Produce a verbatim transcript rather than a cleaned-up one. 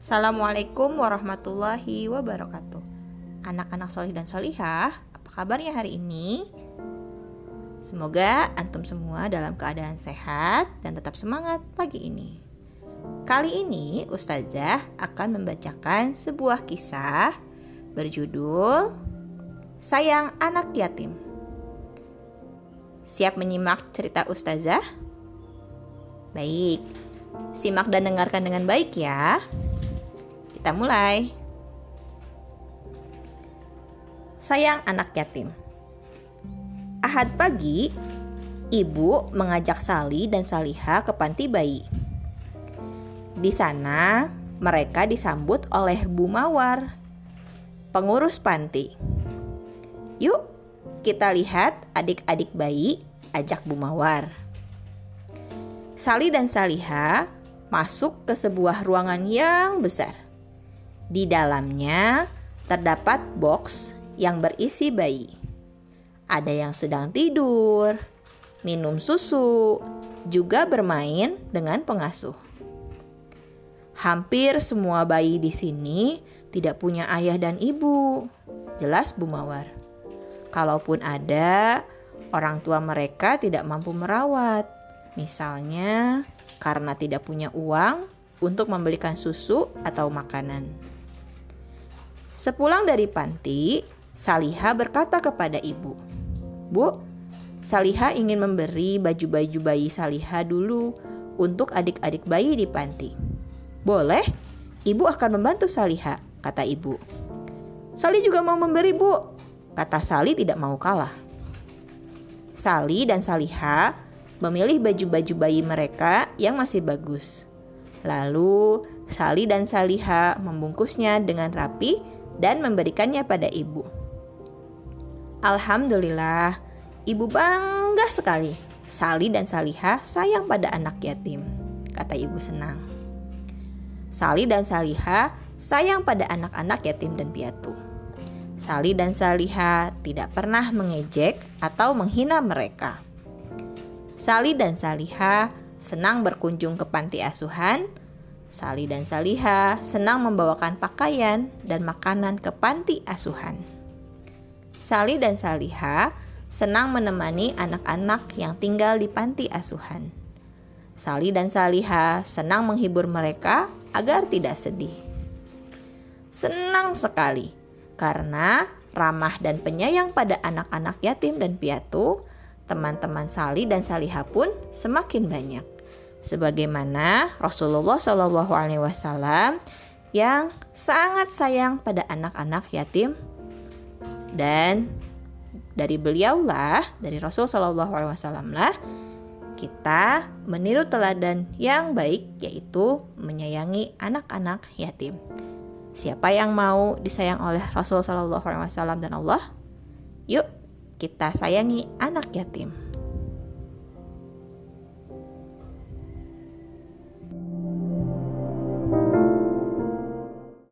Assalamualaikum warahmatullahi wabarakatuh. Anak-anak solih dan solihah, apa kabarnya hari ini? Semoga antum semua dalam keadaan sehat dan tetap semangat pagi ini. Kali ini Ustazah akan membacakan sebuah kisah berjudul Sayang Anak Yatim. Siap menyimak cerita Ustazah? Baik, simak dan dengarkan dengan baik ya. Kita mulai. Sayang anak yatim. Ahad pagi, ibu mengajak Sali dan Salihah ke panti bayi. Di sana, mereka disambut oleh Bu Mawar, pengurus panti. Yuk, kita lihat adik-adik bayi, ajak Bu Mawar. Sali dan Salihah masuk ke sebuah ruangan yang besar. Di dalamnya terdapat box yang berisi bayi. Ada yang sedang tidur, minum susu, juga bermain dengan pengasuh. Hampir semua bayi di sini tidak punya ayah dan ibu, jelas Bu Mawar. Kalaupun ada, orang tua mereka tidak mampu merawat. Misalnya karena tidak punya uang untuk membelikan susu atau makanan. Sepulang dari panti, Salihah berkata kepada ibu, "Bu, Salihah ingin memberi baju-baju bayi Salihah dulu untuk adik-adik bayi di panti." "Boleh, ibu akan membantu Salihah," kata ibu. "Sali juga mau memberi, Bu," kata Sali tidak mau kalah. Sali dan Salihah memilih baju-baju bayi mereka yang masih bagus. Lalu Sali dan Salihah membungkusnya dengan rapi dan memberikannya pada ibu. Alhamdulillah, ibu bangga sekali. Sali dan Salihah sayang pada anak yatim, kata ibu senang. Sali dan Salihah sayang pada anak-anak yatim dan piatu. Sali dan Salihah tidak pernah mengejek atau menghina mereka. Sali dan Salihah senang berkunjung ke panti asuhan. Sali dan Salihah senang membawakan pakaian dan makanan ke panti asuhan. Sali dan Salihah senang menemani anak-anak yang tinggal di panti asuhan. Sali dan Salihah senang menghibur mereka agar tidak sedih. Senang sekali karena ramah dan penyayang pada anak-anak yatim dan piatu, teman-teman Sali dan Salihah pun semakin banyak. Sebagaimana Rasulullah shallallahu alaihi wasallam yang sangat sayang pada anak-anak yatim, dan dari beliaulah, dari Rasul shallallahu alaihi wasallam lah kita meniru teladan yang baik, yaitu menyayangi anak-anak yatim. Siapa yang mau disayang oleh Rasul shallallahu alaihi wasallam dan Allah? Yuk kita sayangi anak yatim.